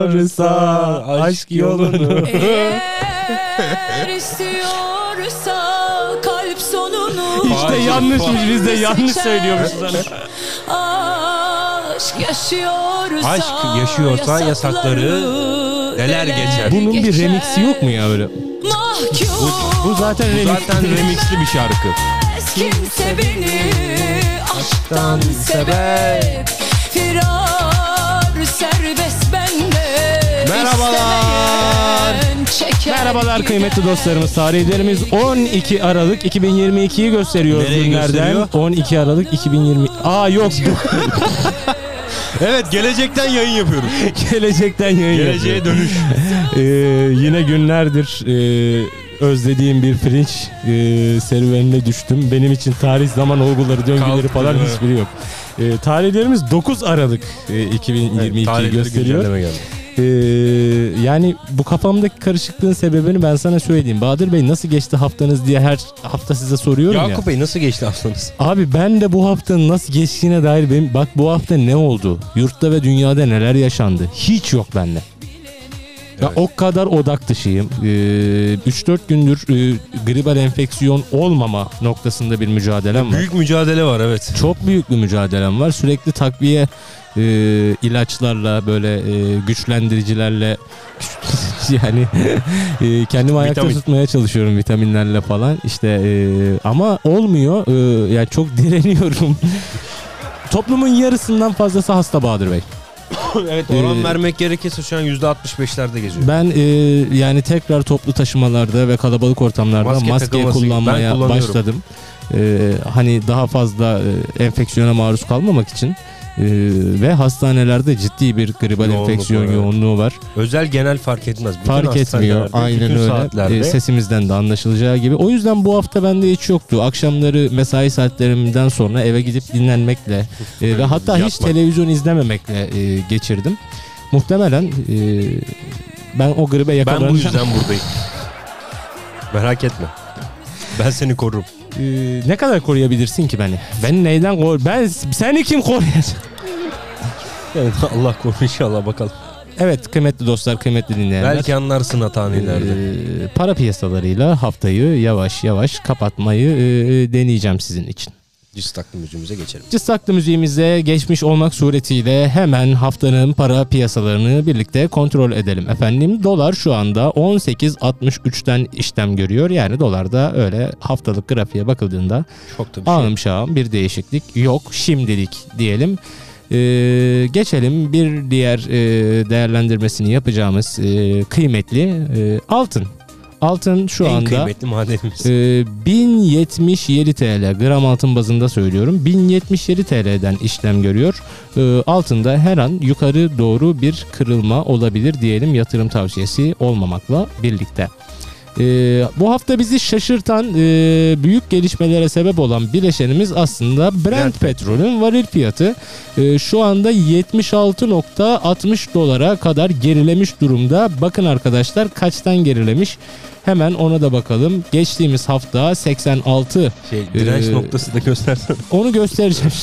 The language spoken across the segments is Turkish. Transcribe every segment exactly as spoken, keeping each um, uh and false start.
Rıza aşk yolunu. Eğer istiyorsa kalp sonunu. İşte yanlışmış, biz de yanlış söylüyormuşuz hani. Aşk yaşıyorsa, Aşk yaşıyorsa yasakları neler geçer. Bunun bir remixi yok mu ya öyle? Mahkum. Bu, bu zaten Bu remix. zaten remixli bir şarkı. Kimse beni aşktan sebep. Firar serbest bende. Merhabalar. Merhabalar kıymetli dostlarımız. Tarihlerimiz on iki Aralık iki bin yirmi ikiyi gösteriyor. Nereye günlerden. gösteriyor? on iki Aralık iki bin yirmi. Aa yok. Evet, gelecekten yayın yapıyoruz. Gelecekten yayın Geleceğe yapıyor. dönüş. Ee, yine günlerdir e, özlediğim bir pirinç e, serüvenine düştüm. Benim için tarih, zaman olguları, döngüleri Kalktı, falan evet. hiçbiri yok. E, tarihlerimiz dokuz Aralık e, iki bin yirmi ikiyi Tarihleri gösteriyor. güncelleme geldi. Ee, yani bu kafamdaki karışıklığın sebebini ben sana söyleyeyim. Bahadır Bey, nasıl geçti haftanız diye her hafta size soruyorum ya. Yakup Bey, nasıl geçti haftanız? Abi ben de bu haftanın nasıl geçtiğine dair benim, bak bu hafta ne oldu? Yurtta ve dünyada neler yaşandı? Hiç yok bende. Ya Evet. o kadar odak dışıyım. Ee, üç dört gündür e, gribal enfeksiyon olmama noktasında bir mücadelem var. Büyük mücadele var, evet. Çok büyük bir mücadelem var. Sürekli takviye e, ilaçlarla, böyle e, güçlendiricilerle yani e, kendimi ayakta Vitamin. tutmaya çalışıyorum, vitaminlerle falan. İşte e, ama olmuyor. E, yani çok direniyorum. Toplumun yarısından fazlası hasta Bahadır Bey. Evet, oran Ee, vermek gerekirse şu an yüzde altmış beşlerde geziyor. Ben e, yani tekrar toplu taşımalarda ve kalabalık ortamlarda Maske maske, takılması gibi. Ben kullanmaya kullanıyorum. başladım. E, hani daha fazla e, enfeksiyona maruz kalmamak için. E, ve hastanelerde ciddi bir gribal Yoğunluk enfeksiyon var, evet. yoğunluğu var. Özel genel fark etmez. Bütün Fark etmiyor. hastanelerde, Aynen bütün öyle. saatlerde. E, sesimizden de anlaşılacağı gibi. O yüzden bu hafta bende hiç yoktu. Akşamları mesai saatlerimden sonra eve gidip dinlenmekle e, ve hatta hiç Yatmak. televizyon izlememekle e, geçirdim. Muhtemelen e, ben o gribe Ben yakalanacağım. bu yüzden buradayım. Merak etme. Ben seni korurum. Ee, ne kadar koruyabilirsin ki beni? Beni neyden koru? Ben seni kim koruyacak? Evet, Allah korusun inşallah, bakalım. Evet kıymetli dostlar, kıymetli dinleyenler. Belki anlarsın hatanı ileride. Ee, para piyasalarıyla haftayı yavaş yavaş kapatmayı e, deneyeceğim sizin için. Cız taklı müziğimize geçelim. Cıstaklı müziğimize geçmiş olmak suretiyle hemen haftanın para piyasalarını birlikte kontrol edelim. Efendim, dolar şu anda on sekiz altmış üçten işlem görüyor. Yani dolarda öyle haftalık grafiğe bakıldığında Çok da bir şey. ağım şağım bir değişiklik yok şimdilik diyelim. Ee, geçelim bir diğer e, değerlendirmesini yapacağımız e, kıymetli e, altın. Altın şu en anda kıymetli madenimiz. e, bin yetmiş yedi TL, gram altın bazında söylüyorum, bin yetmiş yedi T L'den işlem görüyor. E, altında her an yukarı doğru bir kırılma olabilir diyelim, yatırım tavsiyesi olmamakla birlikte. Ee, bu hafta bizi şaşırtan e, büyük gelişmelere sebep olan bileşenimiz aslında Brent, Brent petrolün varil fiyatı. E, şu anda yetmiş altı nokta altmış dolara kadar gerilemiş durumda. Bakın arkadaşlar, kaçtan gerilemiş? Hemen ona da bakalım. Geçtiğimiz hafta seksen altı. Şey, direnç Ee, noktası da göstersen. Onu göstereceğim.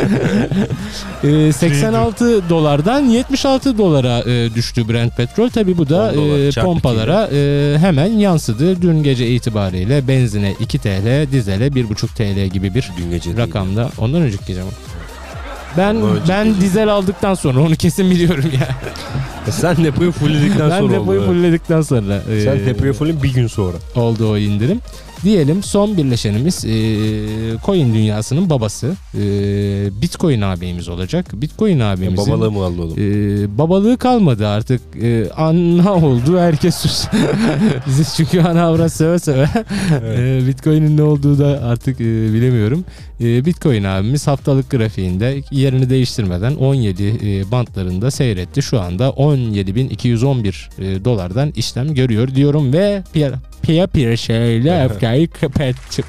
e, seksen altı dolardan yetmiş altı dolara e, düştü Brent petrol. Tabi bu da on dolar e, çarpı pompalara e, hemen yansıdı. Dün gece itibariyle benzine iki TL, dizele bir buçuk TL gibi bir Dün gece değil. rakamda. Ondan önceki gece mi? Ben Ondan önceki ben gece. dizel aldıktan sonra onu kesin biliyorum ya. Sen depoyu fullledikten Ben sonra depoyu oldu. fulledikten sonra. e, Sen depoyu fullledin bir gün sonra. oldu o indirim. Diyelim son birleşenimiz e, coin dünyasının babası e, Bitcoin abimiz olacak. Bitcoin abimizin Babalığı mı aldı oğlum? e, babalığı kalmadı artık. E, ana oldu, herkes sus. Biz çünkü ana avrat söve söve. Evet. e, Bitcoin'in ne olduğu da artık e, bilemiyorum. E, Bitcoin abimiz haftalık grafiğinde yerini değiştirmeden on yedi e, bantlarında seyretti. Şu anda on yedi bin iki yüz on bir e, dolardan işlem görüyor diyorum ve piya piya piya şeyle öfkeyi kapattım.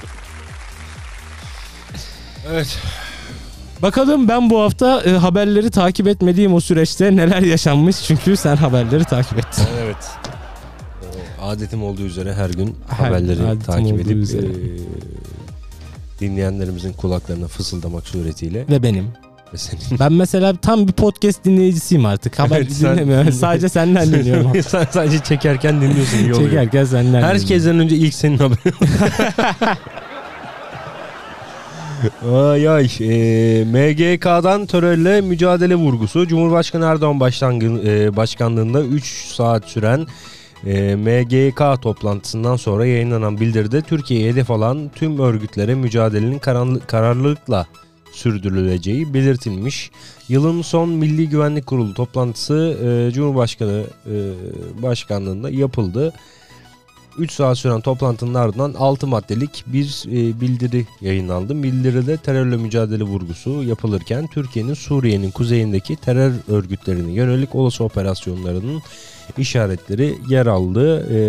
Evet. Bakalım ben bu hafta e, haberleri takip etmediğim o süreçte neler yaşanmış, çünkü sen haberleri takip ettin. Evet. Ee, Adetim olduğu üzere her gün Her haberleri adetim takip olduğu edip üzere. e, dinleyenlerimizin kulaklarına fısıldamak suretiyle Ve benim. Senin... Ben mesela tam bir podcast dinleyicisiyim artık. Haber Evet, sen- dinlemiyorum. Sadece senden dinliyorum. Sen sadece çekerken dinliyorsun. iyi oluyor. Çekerken senden dinliyorum. Herkesten önce ilk senin haberin. Ay ay. E, M G K'dan terörle mücadele vurgusu. Cumhurbaşkanı Erdoğan başlangı, e, başkanlığında üç saat süren e, M G K toplantısından sonra yayınlanan bildiride Türkiye'ye hedef alan tüm örgütlere mücadelenin karanlı, kararlılıkla sürdürüleceği belirtilmiş. Yılın son Milli Güvenlik Kurulu toplantısı e, Cumhurbaşkanı e, başkanlığında yapıldı. üç saat süren toplantının ardından altı maddelik bir e, bildiri yayınlandı. Bildiride terörle mücadele vurgusu yapılırken Türkiye'nin Suriye'nin kuzeyindeki terör örgütlerine yönelik olası operasyonlarının işaretleri yer aldı. E,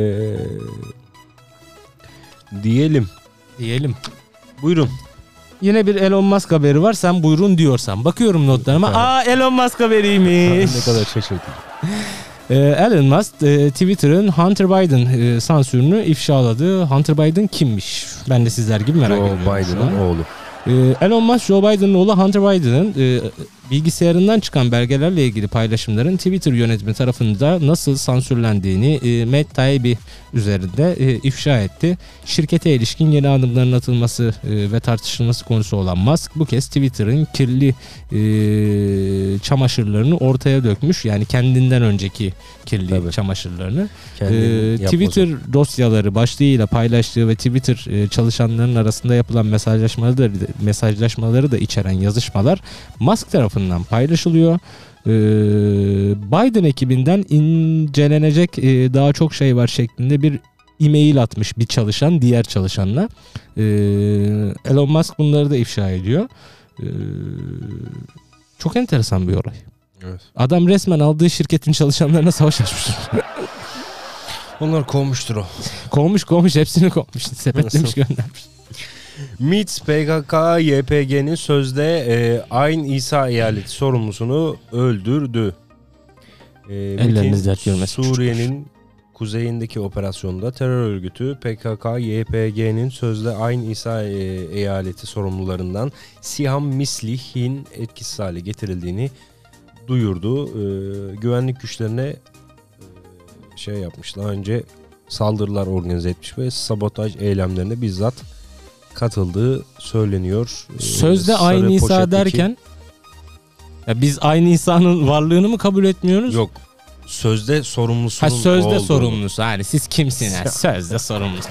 diyelim. Diyelim. Buyurun. Yine bir Elon Musk haberi var. Sen buyurun diyorsan. Bakıyorum notlarıma. Evet. Aa Elon Musk haberiymiş. Ne kadar şaşırtıcı. Ee, Elon Musk e, Twitter'ın Hunter Biden e, sansürünü ifşaladı. Hunter Biden kimmiş? Ben de sizler gibi merak Joe ediyorum. şu Biden'ın an. oğlu. Ee, Elon Musk, Joe Biden'ın oğlu Hunter Biden'ın e, bilgisayarından çıkan belgelerle ilgili paylaşımların Twitter yönetimi tarafından nasıl sansürlendiğini e, Matt Taibbi üzerinde e, ifşa etti. Şirkete ilişkin yeni adımların atılması e, ve tartışılması konusu olan Musk bu kez Twitter'ın kirli e, çamaşırlarını ortaya dökmüş. Yani kendinden önceki kirli Tabii. çamaşırlarını. Kendini Ee, Twitter dosyaları başlığıyla paylaştığı ve Twitter e, çalışanlarının arasında yapılan mesajlaşmaları da, mesajlaşmaları da içeren yazışmalar Musk tarafından paylaşılıyor. Ee, Biden ekibinden incelenecek e, daha çok şey var şeklinde bir e-mail atmış bir çalışan diğer çalışanla. Ee, Elon Musk bunları da ifşa ediyor. Ee, çok enteresan bir olay. Evet. Adam resmen aldığı şirketin çalışanlarına savaş açmış. Onlar kovmuştur o. Kovmuş kovmuş hepsini kovmuş. Sepetlemiş göndermiş. M İ T P K K Y P G'nin sözde e, Ayn İsa eyaleti sorumlusunu öldürdü. E, Elleriniz dert görmesin Suriye'nin kuzeyindeki operasyonda terör örgütü P K K Y P G'nin sözde Ayn İsa e, eyaleti sorumlularından Siham Mislih'in etkisiz hale getirildiğini duyurdu. E, güvenlik güçlerine e, şey yapmış, daha önce saldırılar organize etmiş ve sabotaj eylemlerine bizzat katıldığı söyleniyor. Sözde Sarı aynı İsa poşetteki... derken ya biz aynı İsa'nın varlığını mı kabul etmiyoruz? Yok. Sözde sorumlusunun Ha sözde olduğunu. sorumlusu. Yani siz kimsiniz? Sözde sorumlusu.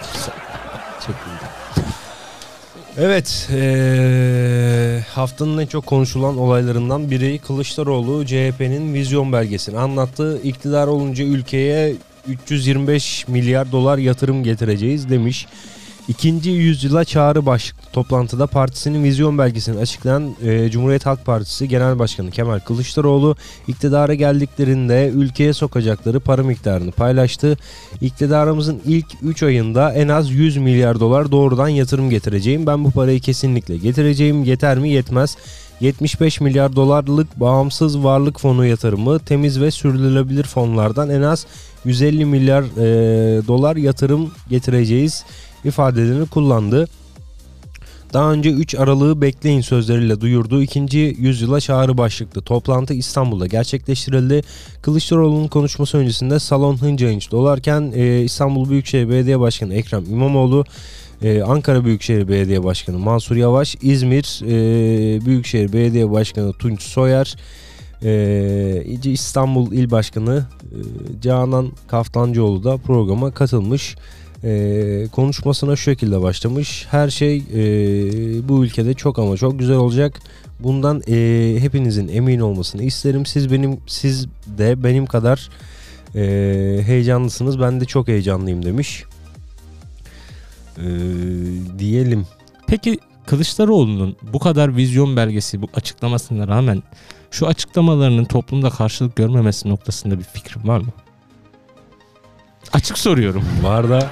Evet. Ee, haftanın en çok konuşulan olaylarından biri Kılıçdaroğlu C H P'nin vizyon belgesini anlattı. İktidar olunca ülkeye üç yüz yirmi beş milyar dolar yatırım getireceğiz demiş. İkinci yüzyıla çağrı başlıklı toplantıda partisinin vizyon belgesini açıklayan e, Cumhuriyet Halk Partisi Genel Başkanı Kemal Kılıçdaroğlu iktidara geldiklerinde ülkeye sokacakları para miktarını paylaştı. İktidarımızın ilk üç ayında en az yüz milyar dolar doğrudan yatırım getireceğim. Ben bu parayı kesinlikle getireceğim. Yeter mi? Yetmez. yetmiş beş milyar dolarlık bağımsız varlık fonu yatırımı, temiz ve sürdürülebilir fonlardan en az yüz elli milyar e, dolar yatırım getireceğiz ifadelerini kullandı. Daha önce üç Aralık'ı bekleyin sözleriyle duyurduğu ikinci yüzyıla çağrı başlıklı toplantı İstanbul'da gerçekleştirildi. Kılıçdaroğlu'nun konuşması öncesinde salon hınca hınç dolarken e, İstanbul Büyükşehir Belediye Başkanı Ekrem İmamoğlu, e, Ankara Büyükşehir Belediye Başkanı Mansur Yavaş, İzmir e, Büyükşehir Belediye Başkanı Tunç Soyer, e, İstanbul İl Başkanı e, Canan Kaftancıoğlu da programa katılmış. Ee, konuşmasına şu şekilde başlamış. Her şey e, bu ülkede çok ama çok güzel olacak. Bundan e, hepinizin emin olmasını isterim. Siz benim, siz de benim kadar e, heyecanlısınız. Ben de çok heyecanlıyım demiş. E, diyelim. Peki Kılıçdaroğlu'nun bu kadar vizyon belgesi, bu açıklamasına rağmen şu açıklamalarının toplumda karşılık görmemesi noktasında bir fikrin var mı? Açık soruyorum. Var da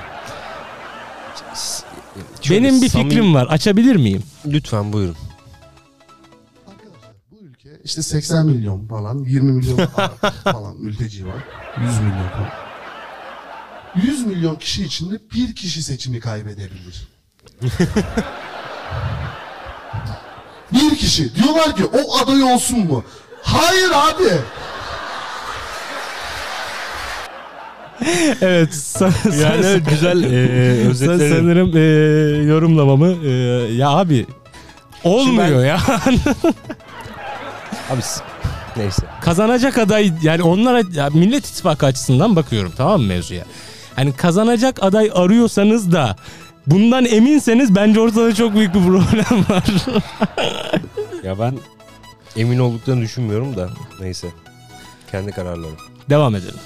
benim bir samimi... fikrim var. Açabilir miyim? Lütfen buyurun. Arkadaşlar bu ülke işte seksen milyon falan, yirmi milyon falan mülteci var. yüz milyon falan. yüz milyon kişi içinde bir kişi seçimi kaybedebilir. Bir kişi. Diyorlar ki o aday olsun mu? Hayır abi. Evet. Sa- Yani sa- güzel e, sa- özetledim. sanırım e, yorumlamamı e, ya abi olmuyor Şimdi ben- ya. Abi s- neyse. Kazanacak aday yani onlara ya Millet İttifakı açısından bakıyorum, tamam mı mevzuya? Hani kazanacak aday arıyorsanız da bundan eminseniz bence ortada çok büyük bir problem var. Ya ben emin olduklarını düşünmüyorum da neyse. Kendi kararları. Devam edelim.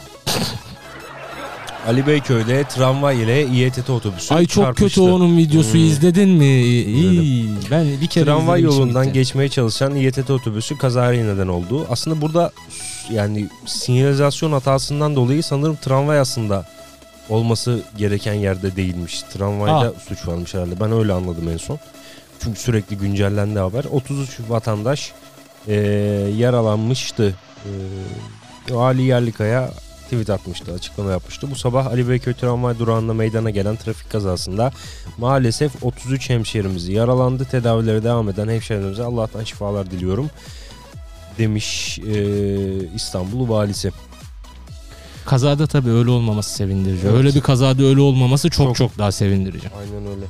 Ali Beyköy'de tramvay ile İETT otobüsü Ay çok çarpıştı. kötü onun videosu, Hmm. izledin mi? İyi. Ben bir kere Tramvay izledim yolundan şimdi. geçmeye çalışan İETT otobüsü kazaya neden oldu. Aslında burada yani sinyalizasyon hatasından dolayı sanırım tramvay aslında olması gereken yerde değilmiş. Tramvayda Aa. suç varmış herhalde. Ben öyle anladım en son. Çünkü sürekli güncellendi haber. otuz üç vatandaş e, yaralanmıştı. E, Ali Yerlikaya tweet atmıştı, açıklama yapmıştı. Bu sabah Ali Beyköy tramvay durağında meydana gelen trafik kazasında maalesef otuz üç hemşehrimiz yaralandı. Tedavileri devam eden hemşehrilerimize Allah'tan şifalar diliyorum demiş e, İstanbul Valisi. Kazada tabii öyle olmaması sevindirici. Evet. Öyle bir kazada öyle olmaması çok çok, Çok. daha sevindirici. Aynen öyle.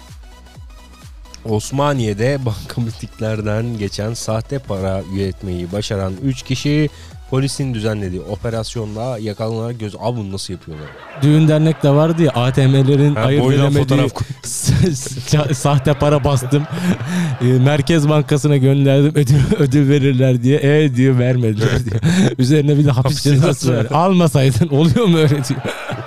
Osmaniye'de bankamatiklerden geçen sahte para üretmeyi başaran üç kişi polisin düzenlediği operasyonda yakalanarak göz... Abi bunu nasıl yapıyorlar? Düğün dernek de vardı ya, A T M'lerin Ha, ayırt boydan edemediği fotoğraf koy- sa- sahte para bastım. E, Merkez Bankası'na gönderdim, ödül, ödül verirler diye. E diyor, vermediler diyor. Üzerine bir de hapis Hapis cezası cezası ver. Almasaydın oluyor mu öyle diyor.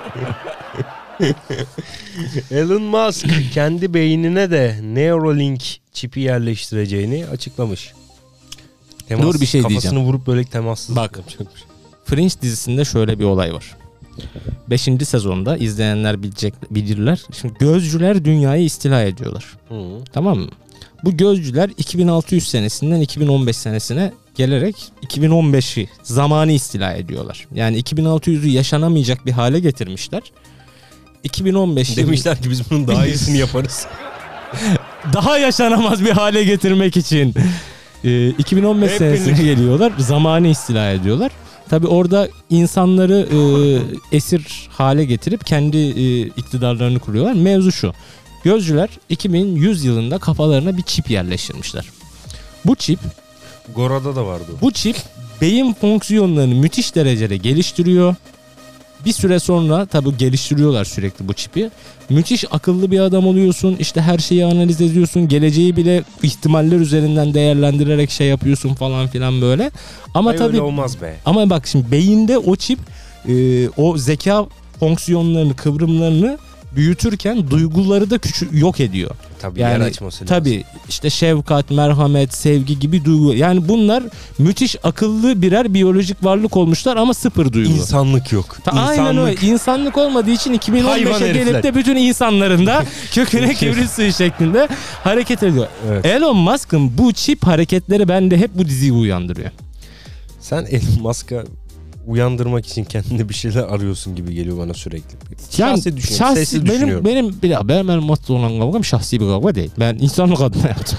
Elon Musk kendi beynine de Neuralink çipi yerleştireceğini açıklamış. Dur, bir şey kafasını diyeceğim. vurup böyle temassız Bak. yapacakmış. Fringe dizisinde şöyle bir olay var. Beşinci sezonda izleyenler bilecek, bilirler. Şimdi gözcüler dünyayı istila ediyorlar. Hı. Tamam mı? Bu gözcüler iki bin altı yüz senesinden iki bin on beş senesine gelerek iki bin on beşi zamanı istila ediyorlar. Yani iki bin altı yüzü yaşanamayacak bir hale getirmişler. iki bin on beş Demişler ki biz bunun daha iyisini yaparız. daha yaşanamaz bir hale getirmek için e, iki bin on beş Hep senesine birlikte. geliyorlar. Zamanı istila ediyorlar. Tabi orada insanları e, esir hale getirip kendi e, iktidarlarını kuruyorlar. Mevzu şu. Gözcüler iki bin yüz yılında kafalarına bir çip yerleştirmişler. Bu çip, Gora'da da vardı o. bu çip beyin fonksiyonlarını müthiş derecede geliştiriyor. Bir süre sonra tabi geliştiriyorlar sürekli bu çipi. Müthiş akıllı bir adam oluyorsun. İşte her şeyi analiz ediyorsun. Geleceği bile ihtimaller üzerinden değerlendirerek şey yapıyorsun falan filan böyle. Ama Ay tabi öyle olmaz be. ama bak şimdi beyinde o çip e, o zeka fonksiyonlarını, kıvrımlarını büyütürken duyguları da küçük yok ediyor. Tabii Yani yer açması lazım. tabii işte şefkat, merhamet, sevgi gibi duygu. Yani bunlar müthiş akıllı birer biyolojik varlık olmuşlar ama sıfır duygu. İnsanlık yok. Ta- Aynen öyle. İnsanlık olmadığı için iki bin on Hayvan beşe herifler. gelip de bütün insanların da köküne kibrit suyu şeklinde hareket ediyor. Evet. Elon Musk'ın bu çip hareketleri bende hep bu diziyi uyandırıyor. Sen Elon Musk'a uyandırmak için kendine bir şeyler arıyorsun gibi geliyor bana sürekli. Yani Şahsi düşünüyorum. Sessiz benim, düşünüyorum. benim bir dakika, benim benim Musk'la olan kavgam şahsi bir kavga değil. Ben insanlık adına yaptım.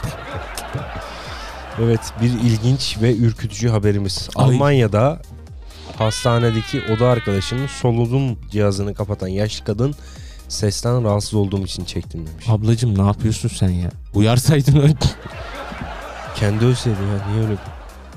Evet, bir ilginç ve ürkütücü haberimiz. Ay. Almanya'da hastanedeki oda arkadaşının solunum cihazını kapatan yaşlı kadın sesten rahatsız olduğum için çektim demiş. Ablacım ne yapıyorsun sen ya? Uyarsaydın önce. Kendi ölseydi ya, niye öyle?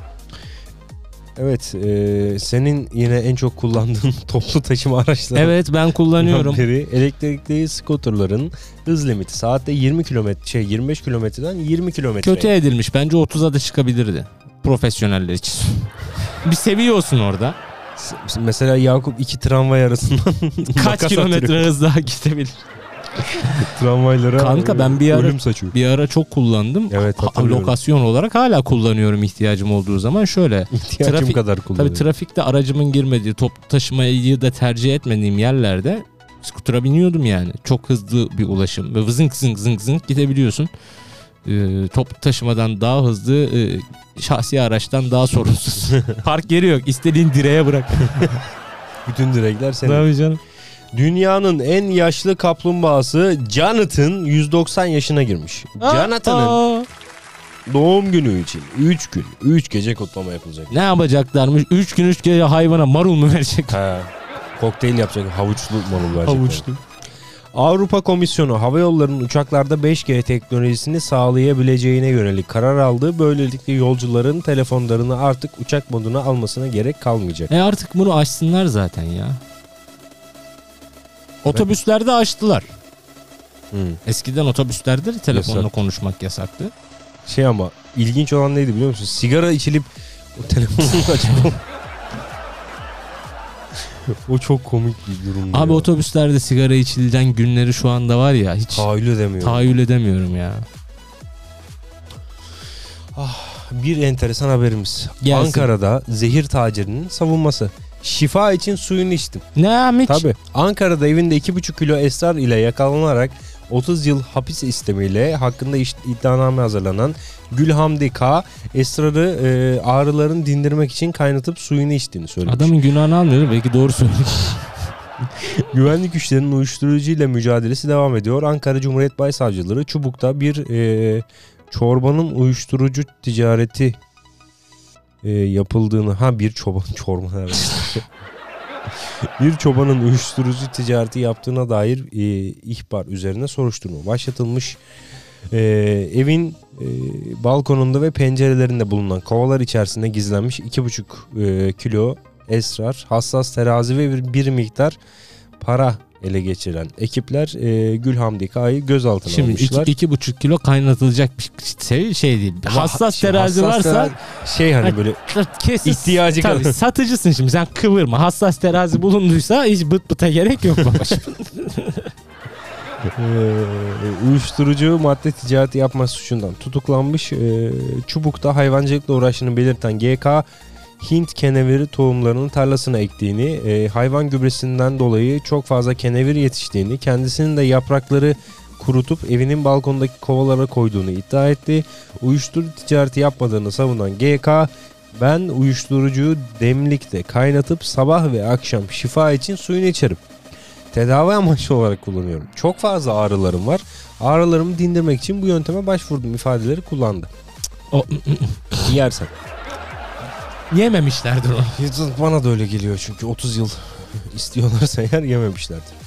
Evet, e, senin yine en çok kullandığın toplu taşıma araçları. Evet, ben kullanıyorum. Biri elektrikli skuterların hız limiti saatte yirmi kilometre şey yirmi beş kilometreden yirmi kilometre. Kötü edilmiş. Bence otuza da çıkabilirdi. Profesyoneller için. Bir seviye olsun orada. Mesela Yakup iki tramvay arasından Kaç makas kilometre atıyor. hızla gidebilir? Tramvaylara Kanka ben bir ara- ölüm saçıyor. Bir ara çok kullandım. Evet, Ha- hatırlıyorum. lokasyon olarak hala kullanıyorum ihtiyacım olduğu zaman. Şöyle. İhtiyacım Trafik- kadar Tabii kullanıyorum. trafikte aracımın girmediği, toplu taşımayı da tercih etmediğim yerlerde skutura biniyordum yani. Çok hızlı bir ulaşım. Ve zınk zınk zınk zınk gidebiliyorsun. Ee, toplu taşımadan daha hızlı, e, şahsi araçtan daha sorunsuz. Park yeri yok. İstediğin direğe bırak. Bütün direkler senin. Tabii canım. Dünyanın en yaşlı kaplumbağası Jonathan yüz doksan yaşına girmiş. Jonathan'ın Aa, doğum günü için üç gün üç gece kutlama yapılacak. Ne yapacaklarmış? üç gün üç gece hayvana marul mu verecek? Ha, kokteyl yapacak, havuçlu marul verecek. Havuçlu. Avrupa Komisyonu havayollarının uçaklarda beş G teknolojisini sağlayabileceğine yönelik karar aldı. Böylelikle yolcuların telefonlarını artık uçak moduna almasına gerek kalmayacak. E artık bunu açsınlar zaten ya. Otobüslerde açtılar. Hmm. Eskiden otobüslerde de telefonla Yasak. konuşmak yasaktı. Şey ama ilginç olan neydi biliyor musun? Sigara içilip o telefonunu açıp o çok komik bir durum. Abi ya. otobüslerde sigara içilen günleri şu anda var ya hiç Tahayyül edemiyorum. tahayyül edemiyorum ya. Bir enteresan haberimiz. Gelsin. Ankara'da zehir tacirinin savunması. Şifa için suyunu içtim. Ne hiç? Tabii. Ankara'da evinde iki buçuk kilo esrar ile yakalanarak otuz yıl hapis istemiyle hakkında iş- iddianame hazırlanan Gülhamdi K. esrarı e, ağrılarını dindirmek için kaynatıp suyunu içtiğini söylemiş. Adamın günahını almıyorum belki doğru söylüyor. Güvenlik güçlerinin uyuşturucuyla mücadelesi devam ediyor. Ankara Cumhuriyet Başsavcılığı Çubuk'ta bir e, çorbanın uyuşturucu ticareti e, yapıldığını ha bir çoban çorba evet. bir çobanın uyuşturucu ticareti yaptığına dair e, ihbar üzerine soruşturma başlatılmış. E, evin e, balkonunda ve pencerelerinde bulunan kovalar içerisinde gizlenmiş iki buçuk e, kilo esrar, hassas terazi ve bir, bir miktar para ele geçiren ekipler e, Gülhamdi K'yı gözaltına Şimdi almışlar. iki, iki buçuk kilo kaynatılacak bir şey, şey değil. Ama Hassas şimdi terazi hassas varsa terazi- şey hani böyle kesin ihtiyacı tabii kadar. satıcısın şimdi sen kıvırma. Hassas terazi bulunduysa hiç bıt bıta gerek yok babacığım. Ee, uyuşturucu madde ticareti yapma suçundan tutuklanmış. Ee, Çubuk'ta hayvancılıkla uğraştığını belirten G K Hint keneviri tohumlarını tarlasına ektiğini, e, hayvan gübresinden dolayı çok fazla kenevir yetiştiğini, kendisinin de yaprakları kurutup evinin balkondaki kovalara koyduğunu iddia etti. Uyuşturucu ticareti yapmadığını savunan G K, ben uyuşturucuyu demlikte kaynatıp sabah ve akşam şifa için suyunu içerim. Tedavi amaçlı olarak kullanıyorum. Çok fazla ağrılarım var. Ağrılarımı dindirmek için bu yönteme başvurdum ifadeleri kullandı. O, Yersen. yememişlerdir onu. Bana da öyle geliyor çünkü otuz yıl istiyorlarsa eğer yememişlerdir.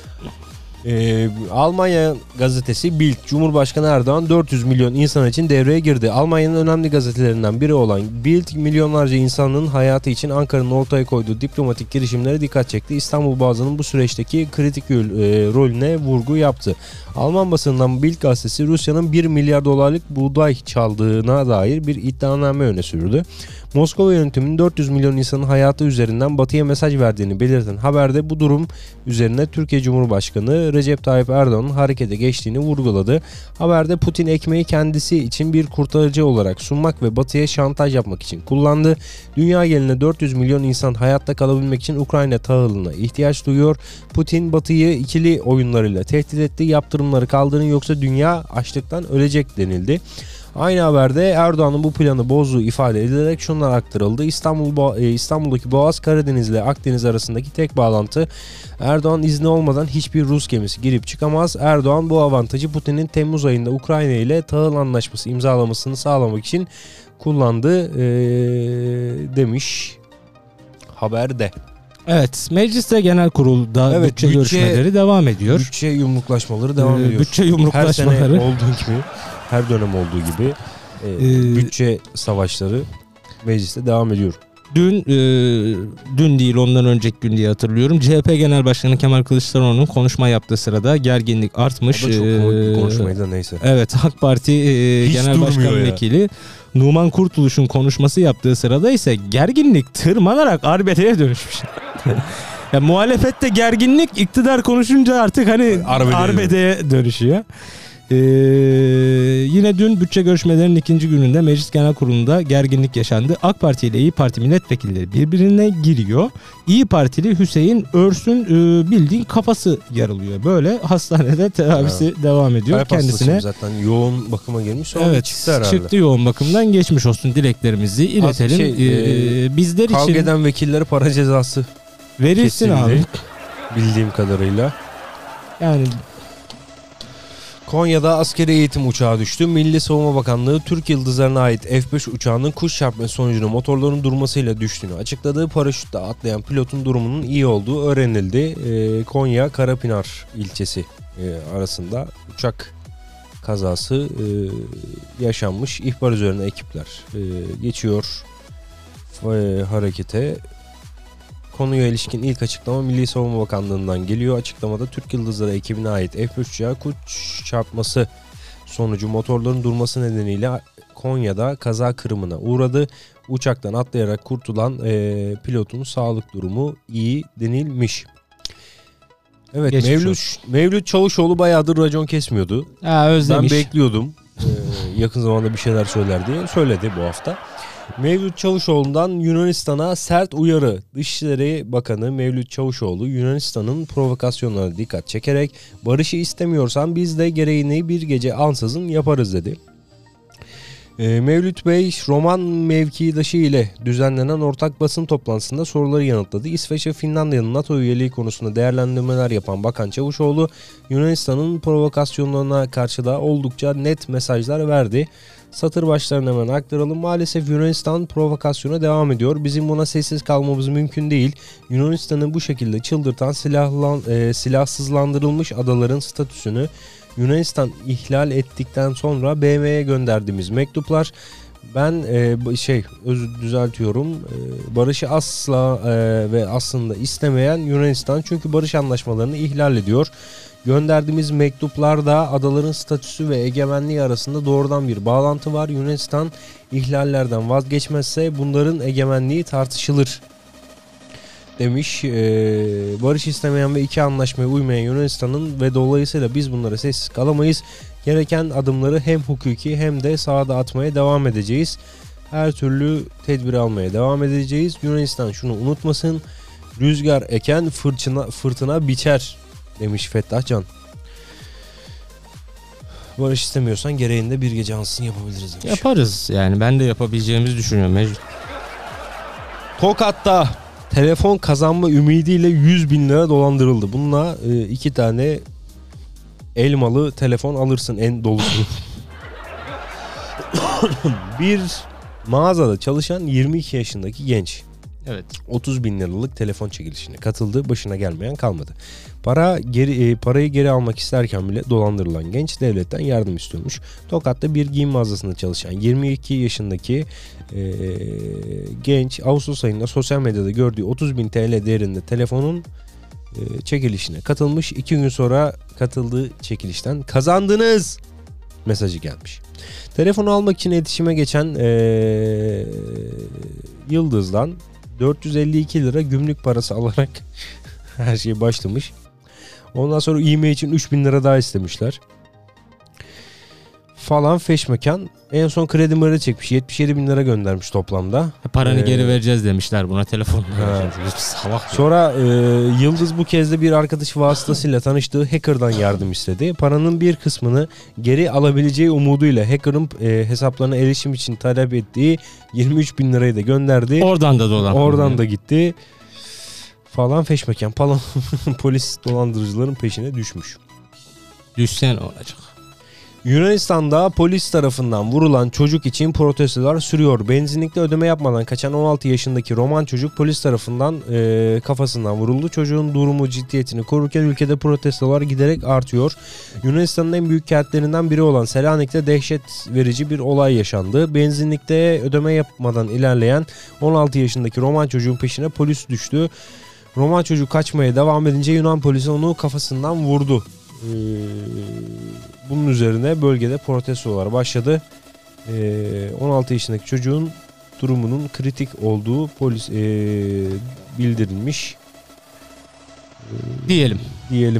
Ee, Almanya gazetesi Bild, Cumhurbaşkanı Erdoğan dört yüz milyon insan için devreye girdi. Almanya'nın önemli gazetelerinden biri olan Bild, milyonlarca insanın hayatı için Ankara'nın ortaya koyduğu diplomatik girişimlere dikkat çekti. İstanbul Boğazı'nın bu süreçteki kritik e, rolüne vurgu yaptı. Alman basınından Bild gazetesi Rusya'nın bir milyar dolarlık buğday çaldığına dair bir iddianame öne sürdü. Moskova yönetiminin dört yüz milyon insanın hayatı üzerinden Batı'ya mesaj verdiğini belirten haberde bu durum üzerine Türkiye Cumhurbaşkanı Recep Tayyip Erdoğan'ın harekete geçtiğini vurguladı. Haberde Putin ekmeği kendisi için bir kurtarıcı olarak sunmak ve Batı'ya şantaj yapmak için kullandı. Dünya geneline dört yüz milyon insan hayatta kalabilmek için Ukrayna tahılına ihtiyaç duyuyor. Putin Batı'yı ikili oyunlarıyla tehdit etti. Yaptırımları kaldırın yoksa dünya açlıktan ölecek denildi. Aynı haberde Erdoğan'ın bu planı bozduğu ifade edilerek şunlar aktarıldı. İstanbul İstanbul'daki Boğaz, Karadeniz ile Akdeniz arasındaki tek bağlantı. Erdoğan izni olmadan hiçbir Rus gemisi girip çıkamaz. Erdoğan bu avantajı Putin'in Temmuz ayında Ukrayna ile tahıl anlaşması imzalamasını sağlamak için kullandı ee, demiş haberde. Evet, mecliste genel kurulda Evet, bütçe, bütçe- görüşmeleri devam ediyor. Bütçe yumruklaşmaları devam Ee, ediyor. bütçe Her yumruklaşmaları. sene olduğu gibi, her dönem olduğu gibi e, Ee, bütçe savaşları mecliste devam ediyor. Dün e, dün değil ondan önceki gün diye hatırlıyorum. C H P Genel Başkanı Kemal Kılıçdaroğlu'nun konuşma yaptığı sırada gerginlik artmış. O da çok komik bir Ee, konuşmaydı da neyse. Evet, AK Parti e, Hiç Genel Başkan durmuyor ya. Vekili Numan Kurtuluş'un konuşması yaptığı sırada ise gerginlik tırmanarak arbedeye dönüşmüş. Ya, muhalefette gerginlik, iktidar konuşunca artık hani Arbedeye arbedeye dönüşüyor. Ee, yine dün bütçe görüşmelerinin ikinci gününde Meclis Genel Kurulu'nda gerginlik yaşandı. AK Parti ile İYİ Parti milletvekilleri birbirine giriyor. İYİ Partili Hüseyin Örs'ün e, bildiğin kafası yarılıyor. Böyle hastanede tedavisi Ha. devam ediyor. Kalp Kendisine hastasıyım zaten yoğun bakıma girmiş sonra evet, çıktı herhalde. çıktı yoğun bakımdan, geçmiş olsun dileklerimizi iletelim. şey, Ee, e, bizler Kavga için eden vekillere para cezası verilsin kesildi abi. bildiğim kadarıyla. Yani Konya'da askeri eğitim uçağı düştü. Milli Savunma Bakanlığı Türk Yıldızlarına ait F beş uçağının kuş çarpması sonucunda motorların durmasıyla düştüğünü açıkladı. Paraşütle atlayan pilotun durumunun iyi olduğu öğrenildi. Ee, Konya Karapınar ilçesi e, arasında uçak kazası e, yaşanmış. İhbar üzerine ekipler e, geçiyor e, harekete. Konuya ilişkin ilk açıklama Milli Savunma Bakanlığı'ndan geliyor. Açıklamada Türk Yıldızları ekibine ait F beş uçağı kuş çarpması sonucu motorların durması nedeniyle Konya'da kaza kırımına uğradı. Uçaktan atlayarak kurtulan e, pilotun sağlık durumu iyi denilmiş. Evet, Geçmiş Mevlüt, olsun. Mevlüt Çavuşoğlu bayağıdır racon kesmiyordu. Ha, özlemiş. Ben bekliyordum e, yakın zamanda bir şeyler söyler diye. Söyledi bu hafta. Mevlüt Çavuşoğlu'ndan Yunanistan'a sert uyarı. Dışişleri Bakanı Mevlüt Çavuşoğlu Yunanistan'ın provokasyonlarına dikkat çekerek barışı istemiyorsan biz de gereğini bir gece ansızın yaparız dedi. E, Mevlüt Bey Roman mevkidaşı ile düzenlenen ortak basın toplantısında soruları yanıtladı. İsveç ve Finlandiya'nın NATO üyeliği konusunda değerlendirmeler yapan Bakan Çavuşoğlu Yunanistan'ın provokasyonlarına karşı da oldukça net mesajlar verdi. Satır başlarını hemen aktaralım. Maalesef Yunanistan provokasyona devam ediyor. Bizim buna sessiz kalmamız mümkün değil. Yunanistan'ı bu şekilde çıldırtan silahlan, e, silahsızlandırılmış adaların statüsünü Yunanistan ihlal ettikten sonra B M'ye gönderdiğimiz mektuplar. Ben e, şey özür düzeltiyorum. E, barışı asla e, ve aslında istemeyen Yunanistan, çünkü barış anlaşmalarını ihlal ediyor. Gönderdiğimiz mektuplarda adaların statüsü ve egemenliği arasında doğrudan bir bağlantı var. Yunanistan ihlallerden vazgeçmezse bunların egemenliği tartışılır demiş. Ee, barış istemeyen ve iki anlaşmaya uymayan Yunanistan'ın ve dolayısıyla biz bunlara sessiz kalamayız. Gereken adımları hem hukuki hem de sahada atmaya devam edeceğiz. Her türlü tedbir almaya devam edeceğiz. Yunanistan şunu unutmasın. Rüzgar eken fırtına, fırtına biçer demiş Fettah Can. Barış istemiyorsan gereğinde bir gece ansızın yapabiliriz demiş. Yaparız yani, ben de yapabileceğimizi düşünüyorum Mecnun. Tokat'ta telefon kazanma ümidiyle yüz bin lira dolandırıldı. Bununla e, iki tane elmalı telefon alırsın, en dolusunu. Bir mağazada çalışan yirmi iki yaşındaki genç Evet. otuz bin liralık telefon çekilişine katıldı. Başına gelmeyen kalmadı. Para geri e, parayı geri almak isterken bile dolandırılan genç devletten yardım istiyormuş. Tokat'ta bir giyim mağazasında çalışan yirmi iki yaşındaki e, genç Ağustos ayında sosyal medyada gördüğü otuz bin T L değerinde telefonun e, çekilişine katılmış. İki gün sonra katıldığı çekilişten kazandınız mesajı gelmiş. Telefonu almak için iletişime geçen e, Yıldız'dan dört yüz elli iki lira gümrük parası alarak her şey başlamış. Ondan sonra e-mail için üç bin lira daha istemişler. Falan feşmekan. En son kredi mırı çekmiş. yetmiş yedi bin lira göndermiş toplamda. Paranı Ee, geri vereceğiz demişler buna, telefonla. Ha. Salak ya. Sonra e, Yıldız bu kez de bir arkadaş vasıtasıyla tanıştığı hacker'dan yardım istedi. Paranın bir kısmını geri alabileceği umuduyla hacker'ın e, hesaplarına erişim için talep ettiği yirmi üç bin lirayı da gönderdi. Oradan da dolan. Oradan da gitti. Falan feşmekan. Falan polis dolandırıcıların peşine düşmüş. Düşsen olacak. Yunanistan'da polis tarafından vurulan çocuk için protestolar sürüyor. Benzinlikte ödeme yapmadan kaçan on altı yaşındaki Roman çocuk polis tarafından e, kafasından vuruldu. Çocuğun durumu ciddiyetini korurken ülkede protestolar giderek artıyor. Yunanistan'ın en büyük kentlerinden biri olan Selanik'te dehşet verici bir olay yaşandı. Benzinlikte ödeme yapmadan ilerleyen on altı yaşındaki Roman çocuğun peşine polis düştü. Roman çocuk kaçmaya devam edince Yunan polisi onu kafasından vurdu. Ee, bunun üzerine bölgede protestolar başladı. Ee, on altı yaşındaki çocuğun durumunun kritik olduğu polis ee, bildirilmiş. Ee, Diyelim. Diyelim.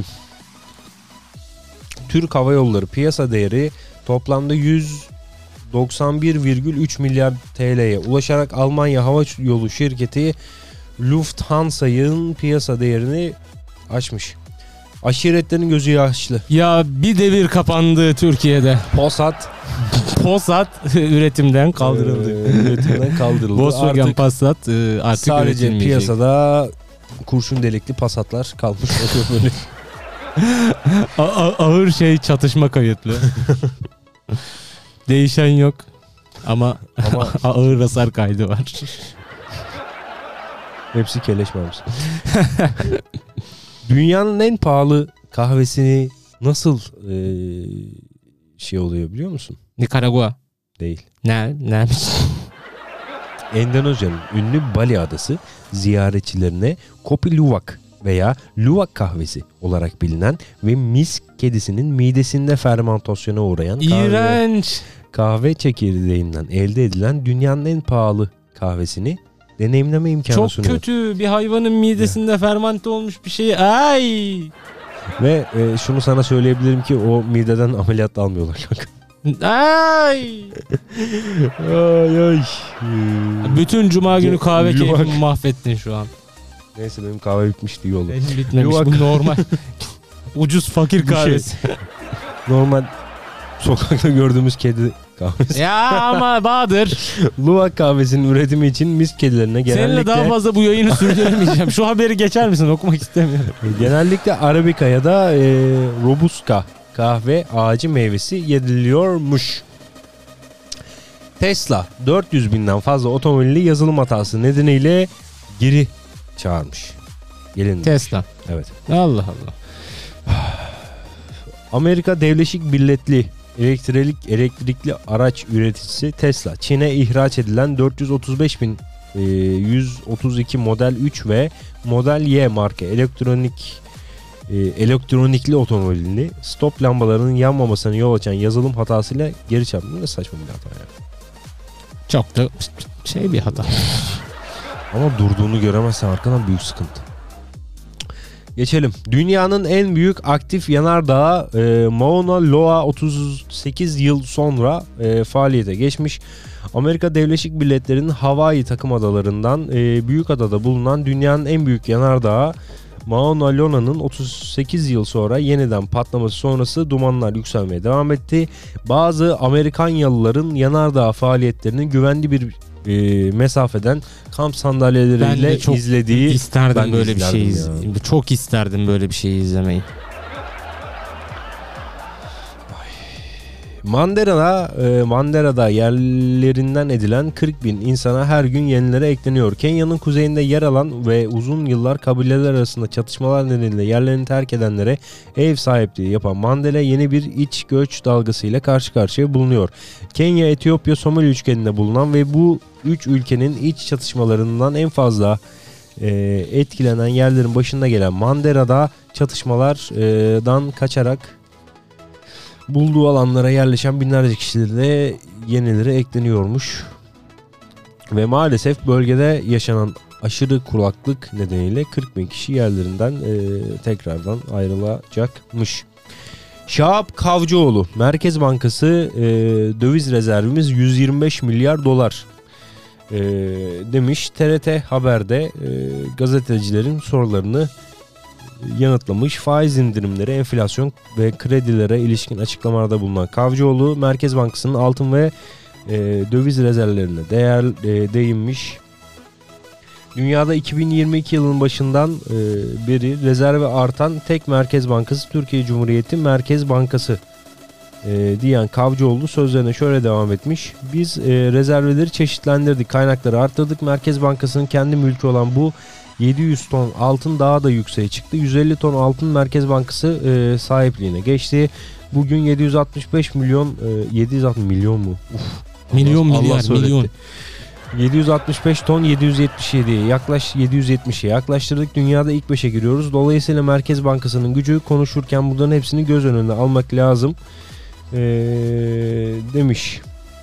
Türk Hava Yolları piyasa değeri toplamda yüz doksan bir virgül üç milyar T L'ye ulaşarak Almanya Hava Yolu şirketi Lufthansa'nın piyasa değerini aşmış. Aşiretlerin gözü yaşlı. Ya bir devir kapandı Türkiye'de. Passat Passat üretimden kaldırıldı. e, üretimden kaldırıldı. Volkswagen Artık Passat e, artık sadece üretilmeyecek. piyasada kurşun delikli Passatlar kalmış oluyor böyle. A- a- ağır şey çatışma kayıtlı. Değişen yok. Ama, Ama ağır hasar kaydı var. hepsi keleşmemiş. Dünyanın en pahalı kahvesini nasıl eee, şey oluyor biliyor musun? Nikaragua. Değil. Ne? Neymiş? Endonezya'nın ünlü Bali adası ziyaretçilerine Kopi Luwak veya Luwak kahvesi olarak bilinen ve mis kedisinin midesinde fermentasyona uğrayan kahve, İğrenç. kahve çekirdeğinden elde edilen dünyanın en pahalı kahvesini deneyimleme imkanı Çok sunuyor. kötü. Bir hayvanın midesinde fermente olmuş bir şey. Ay. Ve e, şunu sana söyleyebilirim ki o mideden ameliyat almıyorlar kanka. Ay. Ay ay. Bütün cuma günü kahve Luwak. keyfimi mahvettin şu an. Neyse benim kahve bitmişti, iyi oldu. Benim bitmemiş. Luwak. Bu normal. Ucuz fakir Bir şey. kahvesi. Normal sokakta gördüğümüz kedi kahvesi. Ya ama Bahadır. Luwak kahvesinin üretimi için mis kedilerine Seninle genellikle daha fazla bu yayını sürdüremeyeceğim. Şu haberi geçer misin? Okumak istemiyorum. genellikle Arabica ya da e, Robusta kahve ağacı meyvesi yediliyormuş. Tesla dört yüz binden fazla otomobili yazılım hatası nedeniyle geri çağırmış. Gelin. Tesla. Evet. Allah Allah. Amerika Devleşik Milletli elektrik elektrikli araç üreticisi Tesla, Çin'e ihraç edilen dört yüz otuz beş bin yüz otuz iki Model üç ve Model Y marka elektronik e, elektronikli otomobilini stop lambalarının yanmamasına yol açan yazılım hatasıyla geri çarptı. Ne saçma bir hata ya. Çok da şey bir hata. Ama durduğunu göremezsen arkadan büyük sıkıntı. Geçelim. Dünyanın en büyük aktif yanardağı e, Mauna Loa otuz sekiz yıl sonra e, faaliyete geçmiş. Amerika Birleşik Devletleri'nin Hawaii takım adalarından e, Büyükada'da bulunan dünyanın en büyük yanardağı Mauna Loa'nın otuz sekiz yıl sonra yeniden patlaması sonrası dumanlar yükselmeye devam etti. Bazı Amerikanyalıların yanardağ faaliyetlerini güvenli bir e, mesafeden kamp sandalyeleriyle çok izlediği isterdim ben de böyle bir şey izlerdim iz- çok isterdim böyle bir şeyi izlemeyi. Mandera'da, e, Mandera'da yerlerinden edilen kırk bin insana her gün yenilere ekleniyor. Kenya'nın kuzeyinde yer alan ve uzun yıllar kabileler arasında çatışmalar nedeniyle yerlerini terk edenlere ev sahipliği yapan Mandela yeni bir iç göç dalgasıyla karşı karşıya bulunuyor. Kenya, Etiyopya, Somali üçgeninde bulunan ve bu üç ülkenin iç çatışmalarından en fazla e, etkilenen yerlerin başında gelen Mandera'da çatışmalardan kaçarak bulduğu alanlara yerleşen binlerce kişilere yenileri ekleniyormuş. Ve maalesef bölgede yaşanan aşırı kuraklık nedeniyle kırk bin kişi yerlerinden e, tekrardan ayrılacakmış. Şahap Kavcıoğlu, Merkez Bankası e, döviz rezervimiz yüz yirmi beş milyar dolar e, demiş. T R T Haber'de e, gazetecilerin sorularını yanıtlamış. Faiz indirimleri, enflasyon ve kredilere ilişkin açıklamalarda bulunan Kavcıoğlu, Merkez Bankası'nın altın ve e, döviz rezervlerine değer e, değinmiş. Dünyada iki bin yirmi iki yılının başından e, beri rezervi artan tek merkez bankası Türkiye Cumhuriyeti Merkez Bankası e, diyen Kavcıoğlu sözlerine şöyle devam etmiş. Biz e, rezervleri çeşitlendirdik, kaynakları arttırdık. Merkez Bankası'nın kendi mülkü olan bu yedi yüz ton altın daha da yükseğe çıktı. yüz elli ton altın Merkez Bankası e, sahipliğine geçti. Bugün yedi yüz altmış beş milyon e, yedi yüz altmış milyon mu? Uf, Milyon Allah milyar söyletti. milyon. yedi yüz altmış beş ton yedi yüz yetmiş yediye yaklaş yedi yüz yetmişe yaklaştırdık. Dünyada ilk beşe giriyoruz. Dolayısıyla Merkez Bankası'nın gücü konuşurken bunların hepsini göz önünde almak lazım ee, demiş.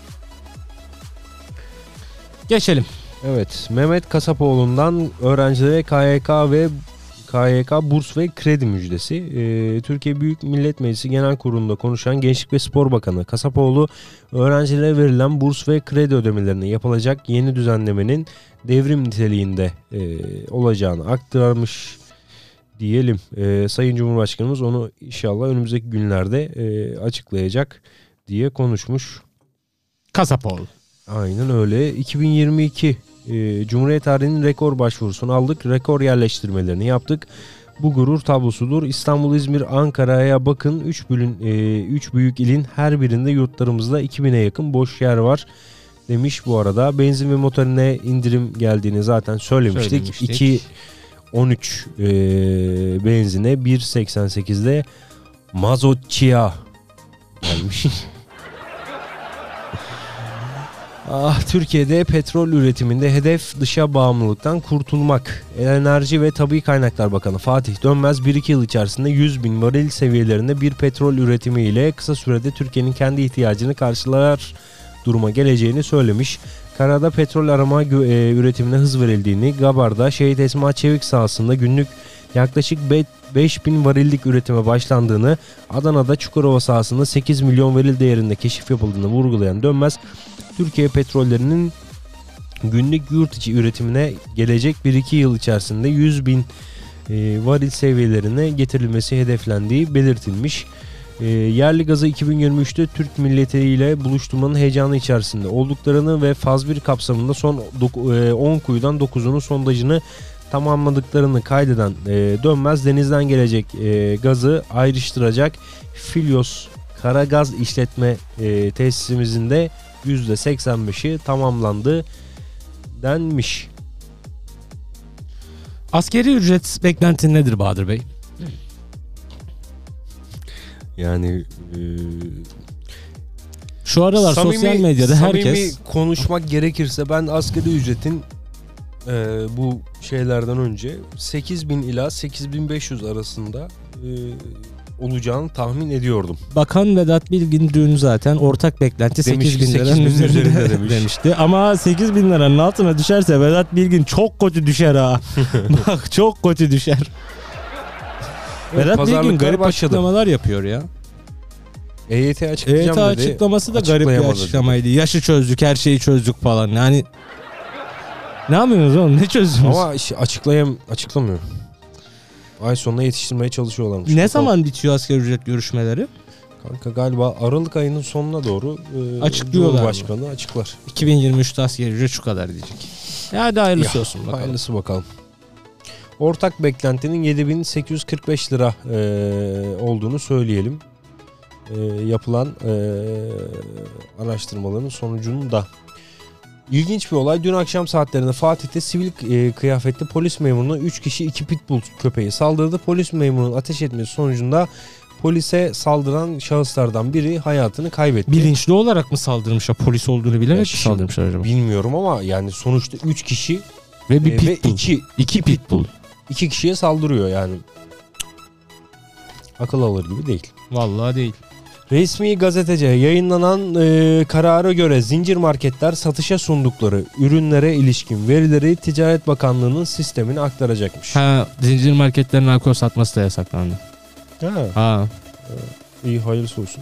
Geçelim. Evet, Mehmet Kasapoğlu'ndan öğrencilere K Y K ve K Y K burs ve kredi müjdesi. Ee, Türkiye Büyük Millet Meclisi Genel Kurulu'nda konuşan Gençlik ve Spor Bakanı Kasapoğlu, öğrencilere verilen burs ve kredi ödemelerine yapılacak yeni düzenlemenin devrim niteliğinde e, olacağını aktarmış diyelim. E, Sayın Cumhurbaşkanımız onu inşallah önümüzdeki günlerde e, açıklayacak diye konuşmuş. Kasapoğlu. Aynen öyle. iki bin yirmi iki e, Cumhuriyet tarihinin rekor başvurusunu aldık. Rekor yerleştirmelerini yaptık. bu gurur tablosudur. İstanbul, İzmir, Ankara'ya bakın. üç üç büyük ilin her birinde yurtlarımızda iki bine yakın boş yer var demiş bu arada. Benzin ve motorine indirim geldiğini zaten söylemiştik. Söylemiştik. iki on üç e, benzine bir seksen sekizde mazotçuya gelmiş. Ah, Türkiye'de petrol üretiminde hedef dışa bağımlılıktan kurtulmak. Enerji ve Tabii Kaynaklar Bakanı Fatih Dönmez bir iki yıl içerisinde yüz bin varil seviyelerinde bir petrol üretimiyle kısa sürede Türkiye'nin kendi ihtiyacını karşılar duruma geleceğini söylemiş. Karada petrol arama e, üretimine hız verildiğini, Gabar'da Şehit Esma Çevik sahasında günlük yaklaşık beş bin varillik üretime başlandığını, Adana'da Çukurova sahasında sekiz milyon varil değerinde keşif yapıldığını vurgulayan Dönmez, Türkiye petrollerinin günlük yurt içi üretimine gelecek bir iki yıl içerisinde yüz bin e, varil seviyelerine getirilmesi hedeflendiği belirtilmiş. E, yerli gazı iki bin yirmi üçte Türk milletiyle buluşturmanın heyecanı içerisinde olduklarını ve faz bir kapsamında son on kuyudan dokuzunun sondajını tamamladıklarını kaydeden e, Dönmez, denizden gelecek e, gazı ayrıştıracak Filyos Karagaz işletme e, tesisimizin de yüzde seksen beşi tamamlandı denmiş. Askeri ücret beklentin nedir Bahadır Bey? Yani e, şu aralar samimi, sosyal medyada samimi herkes konuşmak gerekirse ben asgari ücretin e, bu şeylerden önce sekiz bin ila sekiz bin beş yüz arasında e, olacağını tahmin ediyordum. Bakan Vedat Bilgin dün zaten ortak beklenti Demiş sekiz bin ki liranın sekiz bin üzerinde üzerinde demiş. demişti. Ama sekiz bin liranın altına düşerse Vedat Bilgin çok kötü düşer ha. Bak çok kötü düşer. Evet, Vedat Bilgin pazarlıklar garip başladı. açıklamalar yapıyor ya. E Y T E Y açıklayacağım T dedi. açıklaması da garip bir Açıklayamadı açıklamaydı. Yaşı çözdük, her şeyi çözdük falan. Yani ne yapıyorsunuz oğlum? Ne çözdünüz? Ama işte açıklayam açıklamıyor. Ay sonuna yetiştirmeye çalışıyorlarmış. Ne Bakalım. zaman bitiyor asgari ücret görüşmeleri? Kanka galiba Aralık ayının sonuna doğru e, Açıklıyorlar mı? Cumhurbaşkanı açıklar. iki bin yirmi üçte asgari ücret şu kadar diyecek. Ya hadi hayırlısı Ya, olsun bakalım. Hayırlısı bakalım. Ortak beklentinin yedi bin sekiz yüz kırk beş lira e, olduğunu söyleyelim. E, yapılan e, araştırmaların sonucunda. İlginç bir olay. Dün akşam saatlerinde Fatih'te sivil e, kıyafetli polis memuruna üç kişi iki pitbull köpeği saldırdı. Polis memurunun ateş etmesi sonucunda polise saldıran şahıslardan biri hayatını kaybetti. Bilinçli olarak mı saldırmışlar? Polis olduğunu bilerek mi Şimdi saldırmışlar acaba? Bilmiyorum ama yani sonuçta üç kişi Ve bir e, pitbull. ve iki, İki pitbull. iki kişiye saldırıyor yani. Akıl alır gibi değil. Vallahi değil. Resmi gazetece yayınlanan e, karara göre zincir marketler satışa sundukları ürünlere ilişkin verileri Ticaret Bakanlığı'nın sistemine aktaracakmış. Ha, zincir marketlerin alkol satması da yasaklandı. Ha. Ha. İyi, hayırlısı olsun.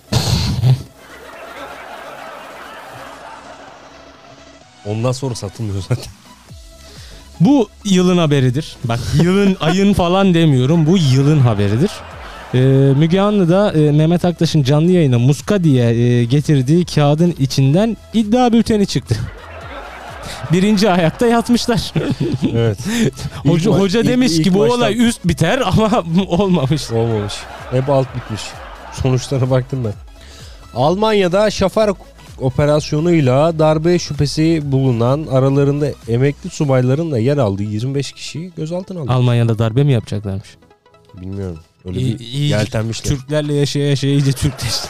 Ondan sonra satılmıyor zaten. Bu yılın haberidir. Bak yılın ayın falan demiyorum. Bu yılın haberidir. Ee, Müge Anlı'da e, Mehmet Aktaş'ın canlı yayına muska diye e, getirdiği kağıdın içinden iddia bülteni çıktı. Birinci ayakta yatmışlar. Evet. Hoca, İlk ma- hoca ilk- demiş ilk ki bu maçtan olay üst biter ama olmamış. olmamış. Hep alt bitmiş. Sonuçlara baktım ben. Almanya'da şafak operasyonuyla darbe şüphesi bulunan, aralarında emekli subayların da yer aldığı yirmi beş kişi gözaltına alındı. Almanya'da darbe mi yapacaklarmış? Bilmiyorum. Öyle İyi- bir iyi- yeltenmişler. Türklerle yaşaya yaşaya iyice Türkleşti.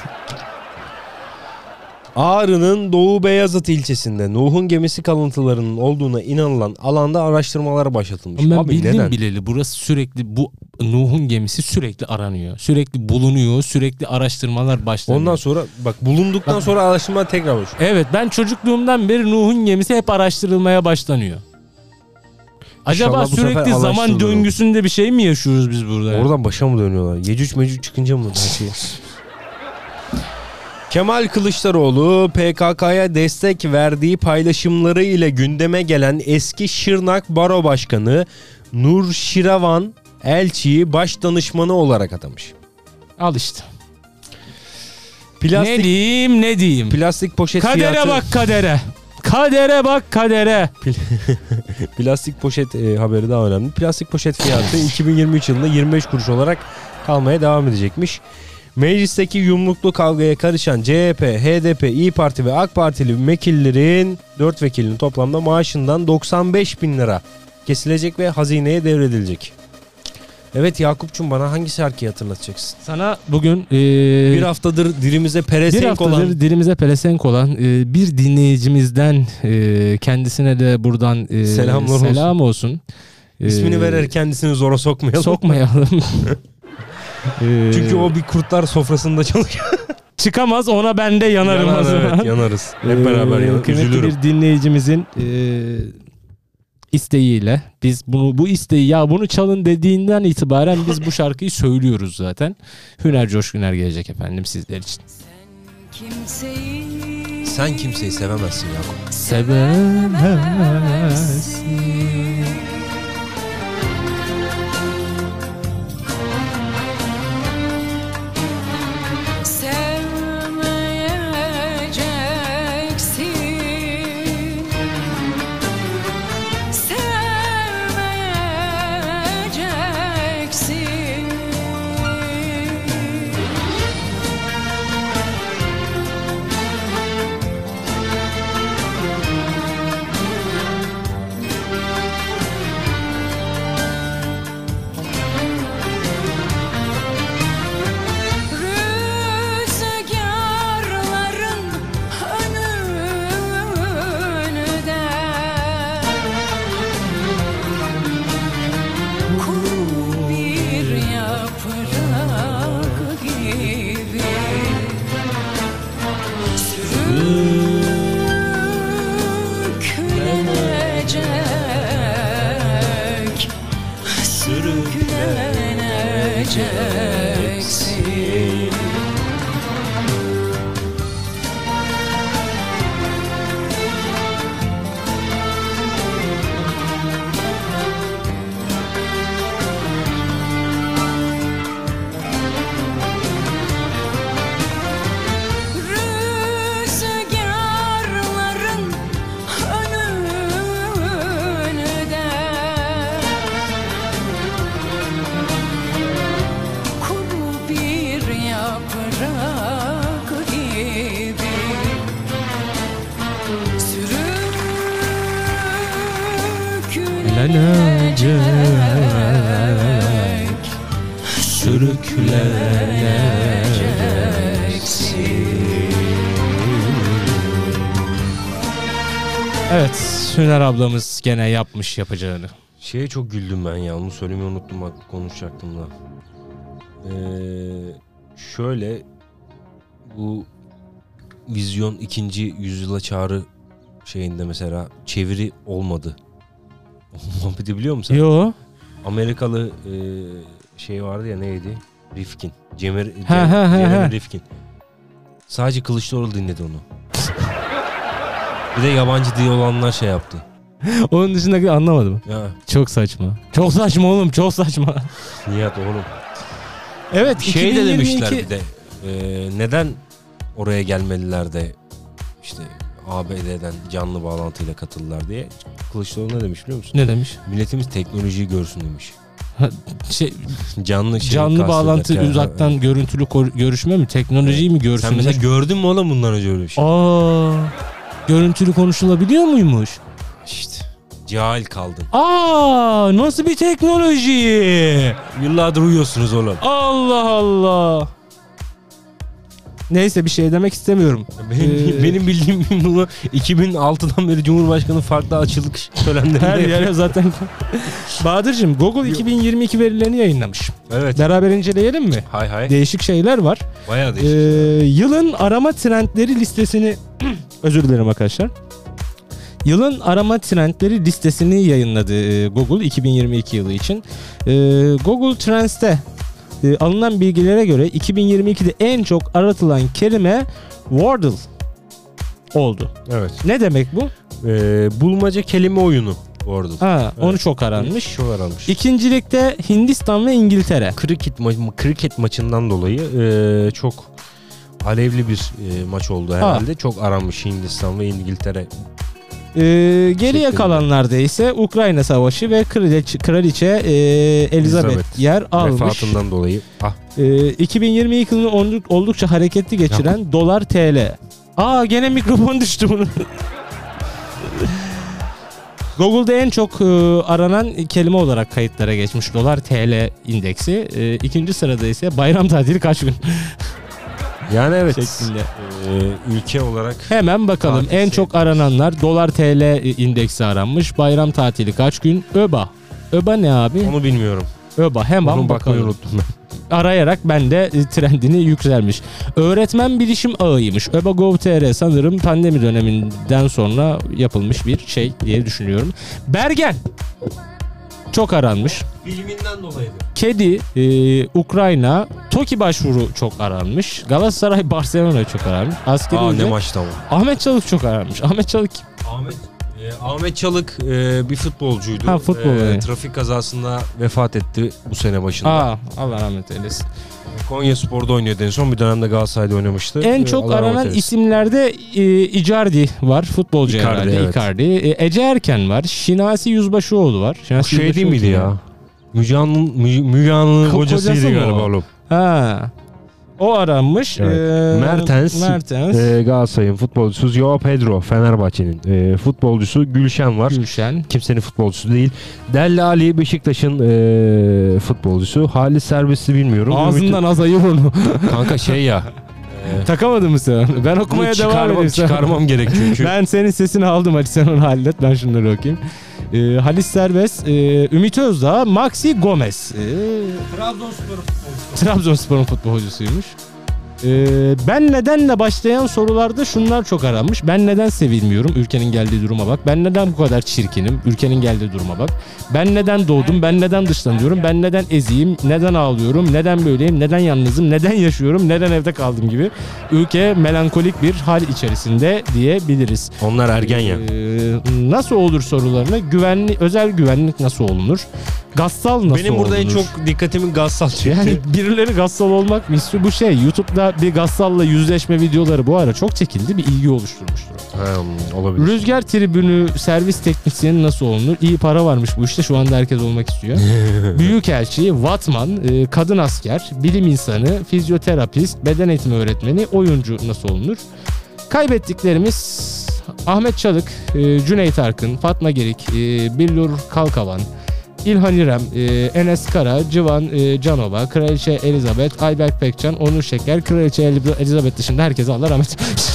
Ağrı'nın Doğu Beyazıt ilçesinde Nuh'un gemisi kalıntılarının olduğuna inanılan alanda araştırmalar başlatılmış. Ben Abi bildim neden? bileli burası sürekli bu Nuh'un gemisi sürekli aranıyor. Sürekli bulunuyor. Sürekli araştırmalar başlanıyor. Ondan sonra bak bulunduktan Bak- sonra araştırma tekrar başlıyor. Evet, ben çocukluğumdan beri Nuh'un gemisi hep araştırılmaya başlanıyor. Acaba İnşallah bu sefer sürekli zaman araştırılır. döngüsünde bir şey mi yaşıyoruz biz burada? ya? Oradan başa mı dönüyorlar? Yecüc mecüc çıkınca mı her şey? Kemal Kılıçdaroğlu P K K'ya destek verdiği paylaşımları ile gündeme gelen eski Şırnak Baro Başkanı Nur Şiravan Elçi'yi baş danışmanı olarak atamış. Al işte. Plastik Ne diyeyim ne diyeyim. plastik poşet Kadere fiyatı bak kadere. Kadere bak kadere. Plastik poşet e, haberi daha önemli. Plastik poşet fiyatı iki bin yirmi üç yılında yirmi beş kuruş olarak kalmaya devam edecekmiş. Meclisteki yumruklu kavgaya karışan C H P, H D P, İYİ Parti ve AK Partili vekillerin dört vekilinin toplamda maaşından doksan beş bin lira kesilecek ve hazineye devredilecek. Evet Yakup'cum, bana hangi şarkıyı hatırlatacaksın? Sana bugün e, Bir haftadır dilimize bir pelesenk haftadır olan dilimize pelesenk olan e, bir dinleyicimizden e, kendisine de buradan e, Selamlar selam olsun. E, ismini verer kendisini zora sokmayalım. Sokmayalım. E, Çünkü o bir kurtlar sofrasında çalışıyor. çıkamaz, ona ben de yanarım Yanar, o zaman. evet, yanarız. Hep Ee, beraber yanarız. Kıymetli Üzülürüm. bir dinleyicimizin e, isteğiyle biz bunu bu isteği ya bunu çalın dediğinden itibaren biz bu şarkıyı söylüyoruz zaten. Hüner Coşkuner gelecek efendim sizler için. Kimseyi Sen kimseyi sevemezsin Yakup. Sevemezsin. sevmeyeceksin. Sevmeyeceksin. Rüzgarların önünde kuru bir yaprak gibi sürüklenecek, sürükleneceksin. Rüzgarların önünde kuru bir yaprak gibi sürüklenecek, sürükleneceksin. Evet, Hüner ablamız gene yapmış yapacağını. Şeye çok güldüm ben ya. Onu söylemeyi unuttum, bak konuşacaktım da. Ee, şöyle bu vizyon ikinci yüzyıla çağrı şeyinde mesela çeviri olmadı. O muhabbeti biliyor musun? Yo. Amerikalı e, şey vardı ya, neydi? Rifkin. Cemer, Cem, Ha, ha, ha, Jeremy ha. Rifkin. Sadece Kılıçdaroğlu dinledi onu. Bir de yabancı dil olanlar şey yaptı. Onun dışındaki anlamadım. Ya Çok saçma. Çok saçma oğlum, çok saçma. Nihat oğlum. Evet, Şey de demişler iki bin yirmi iki bir de. E, neden oraya gelmeliler de işte A B D'den canlı bağlantıyla katıldılar diye. Kılıçdaroğlu ne demiş biliyor musun? Ne demiş? Milletimiz teknolojiyi görsün demiş. Şey, Canlı şey canlı kastederken, bağlantı, ha, uzaktan ha. görüntülü kor- görüşme mi? Teknolojiyi mi Sen görsünler? mesela gördün mü oğlum bundan önce öyle bir şey? Aa, görüntülü konuşulabiliyor muymuş? İşte cahil kaldın. Aa, nasıl bir teknoloji? Yıllardır uyuyorsunuz oğlum. Allah Allah. Neyse, bir şey demek istemiyorum. Benim, Ee, benim bildiğim bunu iki bin altıdan beri Cumhurbaşkanı farklı açılık törenlerinde Her yapıyor. yere zaten. Bahadır'cığım, Google iki bin yirmi iki verilerini yayınlamış. Evet. Beraber inceleyelim mi? Hay hay. Değişik şeyler var. Bayağı Ee, değişik. yılın arama trendleri listesini özür dilerim arkadaşlar. Yılın arama trendleri listesini yayınladı e, Google iki bin yirmi iki yılı için. E, Google Trends'te e, alınan bilgilere göre iki bin yirmi ikide en çok aratılan kelime Wordle oldu. Evet. Ne demek bu? Ee, bulmaca kelime oyunu orada. Ha, Evet. onu çok aranmış. Çok aranmış. İkincilikte Hindistan ve İngiltere. Kriket, ma- kriket maçından dolayı e, çok alevli bir e, maç oldu herhalde. Çok aranmış Hindistan ve İngiltere Ee, geriye Şeklinde. kalanlarda ise Ukrayna Savaşı ve kraliçe, kraliçe e, Elizabeth, Elizabeth. yer almış. Vefatından dolayı. Ah. Ee, iki bin yirmi iki yılını olduk- oldukça hareketli geçiren dolar T L. Aa gene mikrofon düştü bunun. Google'da en çok e, aranan kelime olarak kayıtlara geçmiş dolar T L indeksi. E, ikinci sırada ise bayram tatili kaç gün Yani evet. şeklinde. Ee, ülke olarak Hemen bakalım Tatil en şey- çok arananlar dolar T L indeksi aranmış. Bayram tatili kaç gün? ÖBA. ÖBA ne abi? onu bilmiyorum. ÖBA hemen Onu bakmayı bakalım. unuttum ben. Arayarak ben de e, trendini yükselmiş. Öğretmen bilişim ağıymış. ÖBA nokta gov nokta tr sanırım pandemi döneminden sonra yapılmış bir şey diye düşünüyorum. Bergen. Çok aranmış. Filminden dolayıdır. Kedi, e, Ukrayna, TOKİ başvuru çok aranmış. Galatasaray, Barcelona çok aranmış. Askeri Aa ne ücret. maçtı ama. Ahmet Çalık çok aranmış. Ahmet Çalık kim? Ahmet e, Ahmet Çalık e, bir futbolcuydu. Ha, futbol, E, evet. trafik kazasında vefat etti bu sene başında. Aa, Allah rahmet eylesin. Konyaspor'da oynuyordu en son. Bir dönemde Galatasaray'da oynamıştı. En E, çok Allah rahmet aranan eylesin. isimlerde e, Icardi var. Futbolcu Icardi, herhalde evet. Icardi. E, Ece Erken var. Şinasi Yüzbaşıoğlu var. O Şinasi şey değil Yüzbaşıoğlu miydi kim ya? Müge Anlı'nın Müge- Müge Anlı'nın Ko- kocasıydı kocası mı galiba o? oğlum. Ha. O aranmış. Evet. E, Mertens, Mertens. E, Galatasaray'ın futbolcusu Joao Pedro, Fenerbahçe'nin e, futbolcusu Gülşen var. Gülşen. Kimsenin futbolcusu değil. Delli Ali Beşiktaş'ın e, futbolcusu. Halis Serbest'i bilmiyorum. Ağzından az ayır onu. Ümit- Kanka şey ya. Takamadın mı sen? Ben Bunu okumaya devam çıkarmam, edeyim. Sen- çıkarmam gerek çünkü. Ben senin sesini aldım, hadi sen onu hallet, ben şunları okuyayım. Ee, Halis Serbest, e, Ümit Özdağ, Maxi Gomez. Ee, Trabzonspor'un futbolcusuymuş. Ee, ben nedenle başlayan sorularda şunlar çok aranmış. Ben neden sevilmiyorum? Ülkenin geldiği duruma bak. Ben neden bu kadar çirkinim? Ülkenin geldiği duruma bak. Ben neden doğdum? Ben neden dışlanıyorum? Ben neden eziyim? Neden ağlıyorum? Neden böyleyim? Neden yalnızım? Neden yaşıyorum? Neden evde kaldım gibi. Ülke melankolik bir hal içerisinde diyebiliriz. Onlar ergen ya. Ee, nasıl olur sorularına? Güvenli, özel güvenlik nasıl olunur? Gassal nasıl Benim burada en olunur? çok dikkatimi Gassal çekti. Yani birileri gassal olmak mı istiyor? Bu şey, YouTube'da bir gassalla yüzleşme videoları bu ara çok çekildi. Bir ilgi oluşturmuştur. Ha, olabilir. Rüzgar tribünü servis teknisyeni nasıl olunur? İyi para varmış bu işte. Şu anda herkes olmak istiyor. Büyükelçi, vatman, e, kadın asker, bilim insanı, fizyoterapist, beden eğitimi öğretmeni, oyuncu nasıl olunur? Kaybettiklerimiz Ahmet Çalık, e, Cüneyt Arkın, Fatma Gerik, e, Billur Kalkavan, İlhan İrem, e, Enes Kara, Civan e, Canova, Kraliçe Elizabeth, Ayberk Pekcan, Onur Şeker, Kraliçe El- Elizabeth dışında herkese Allah rahmet eylesin.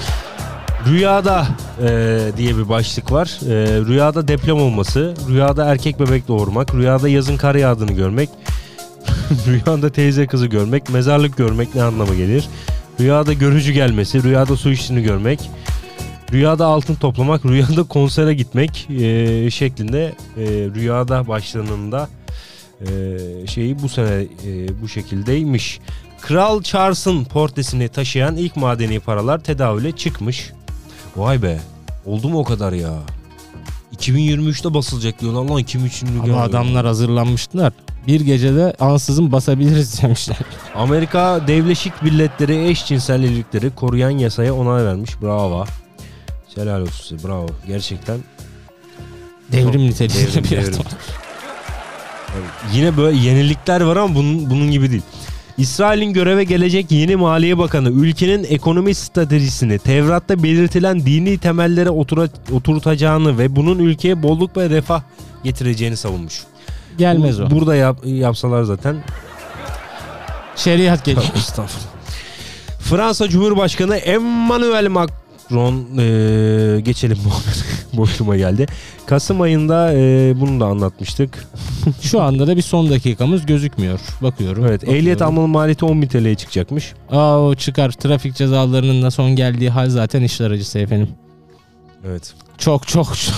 Rüyada e, diye bir başlık var. E, rüyada deprem olması, rüyada erkek bebek doğurmak, rüyada yazın kar yağdığını görmek, rüyada teyze kızı görmek, mezarlık görmek ne anlama gelir? Rüyada görücü gelmesi, rüyada su içtiğini görmek, rüyada altın toplamak, rüyada konsere gitmek e, şeklinde e, rüyada başlığında e, şeyi bu sene e, bu şekildeymiş. Kral Charles'ın portresini taşıyan ilk madeni paralar tedavüle çıkmış. Vay be. Oldu mu o kadar ya? iki bin yirmi üçte basılacak diyorlar lan, iki bin üç yirmi Ama adamlar hazırlanmıştılar. Bir gecede ansızın basabiliriz demişler. Amerika Devleşik Milletleri eşcinsel evlilikleri koruyan yasaya onay vermiş. Bravo. Helal olsun size. Bravo. Gerçekten. Devrim niteliğinde Devrim, bir devrim. adım. Yani yine böyle yenilikler var ama bunun, bunun gibi değil. İsrail'in göreve gelecek yeni Maliye Bakanı ülkenin ekonomi stratejisini Tevrat'ta belirtilen dini temellere otura, oturtacağını ve bunun ülkeye bolluk ve refah getireceğini savunmuş. Gelmez o. Burada yap, yapsalar zaten. Şeriat geliyor. Estağfurullah. Fransa Cumhurbaşkanı Emmanuel Macron e, geçelim bu haberi. Boşluğuma geldi. Kasım ayında e, bunu da anlatmıştık. Şu anda da bir son dakikamız gözükmüyor. Bakıyorum. Evet, bakıyorum. ehliyet almanın maliyeti on bin T L'ye çıkacakmış. Aa, o çıkar. Trafik cezalarının da son geldiği hal zaten işler acısı efendim. Evet. Çok çok çok.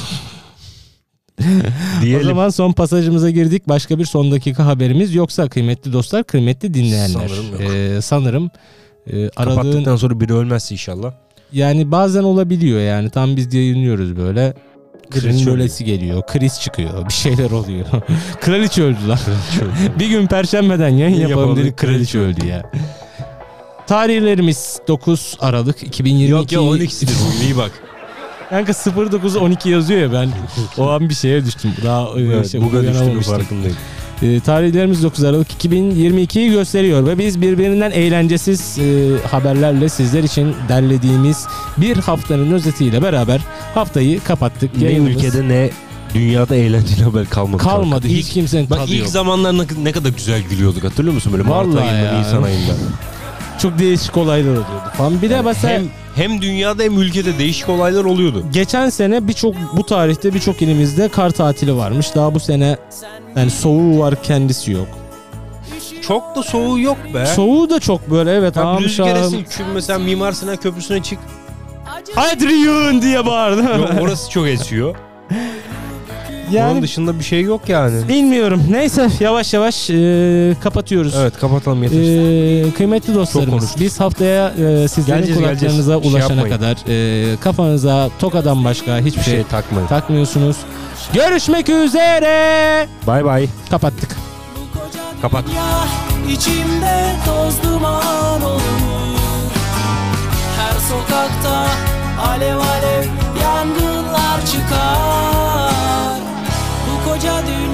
Diyelim. O zaman son pasajımıza girdik. Başka bir son dakika haberimiz yoksa kıymetli dostlar, kıymetli dinleyenler. Sanırım yok. Ee, sanırım e, aralığın, Kapattıktan sonra biri ölmezse inşallah. yani bazen olabiliyor yani. Tam biz yayınlıyoruz böyle. Kriz Birinin çöküyor. böylesi geliyor. Kriz çıkıyor. Bir şeyler oluyor. Kraliçe öldü lan. Bir gün perşembeden yayın yapalım Yapalım dedik. dedik, Kraliçe öldü ya. Tarihlerimiz dokuz Aralık iki bin yirmi iki. Yok ya on ikisidir bugün, iyi bak. Kanka sıfır dokuz on iki yazıyor ya, ben o an bir şeye düştüm. Daha Evet, şey, buga düştüğünün uyanamamıştım. farkındayım. E, tarihlerimiz dokuz Aralık iki bin yirmi ikiyi gösteriyor ve biz birbirinden eğlencesiz e, haberlerle sizler için derlediğimiz bir haftanın özetiyle beraber haftayı kapattık. Ne Yayınımız ülkede ne dünyada eğlenceli haber kalmadı. kalmadı. kanka. Hiç İlk, kimsenin bak tadı ilk yok. zamanlar ne, ne kadar güzel gülüyorduk, hatırlıyor musun böyle Mart Vallahi ayında, ya. Nisan ayında. Çok değişik olaylar oluyordu falan. Bir de mesela Hem hem dünyada hem ülkede değişik olaylar oluyordu. geçen sene birçok, bu tarihte birçok ilimizde kar tatili varmış. Daha bu sene yani soğuğu var, kendisi yok. Çok da soğuğu yok be. Soğuğu da çok böyle, evet. Tam ağam rüzgar şahım. esin. Çünkü mesela Mimar Sinan Köprüsü'ne çık. Adrian diye bağırdı. Yok, orası çok esiyor. Yani Onun dışında bir şey yok yani. bilmiyorum. Neyse, yavaş yavaş e, kapatıyoruz. Evet, kapatalım yeter. E, kıymetli dostlarımız, konuştuk. biz haftaya e, sizlerin Geleceğiz, kulaklarınıza geleceğiz. Şey ulaşana yapmayın. kadar e, kafanıza tokadan başka hiçbir Bir şey, şey takmayın. takmıyorsunuz. Görüşmek üzere. Bay bay. Kapattık. Kapat. Ya içimde toz duman olur. Her sokakta alev alev yangınlar çıkar. Bu koca dünya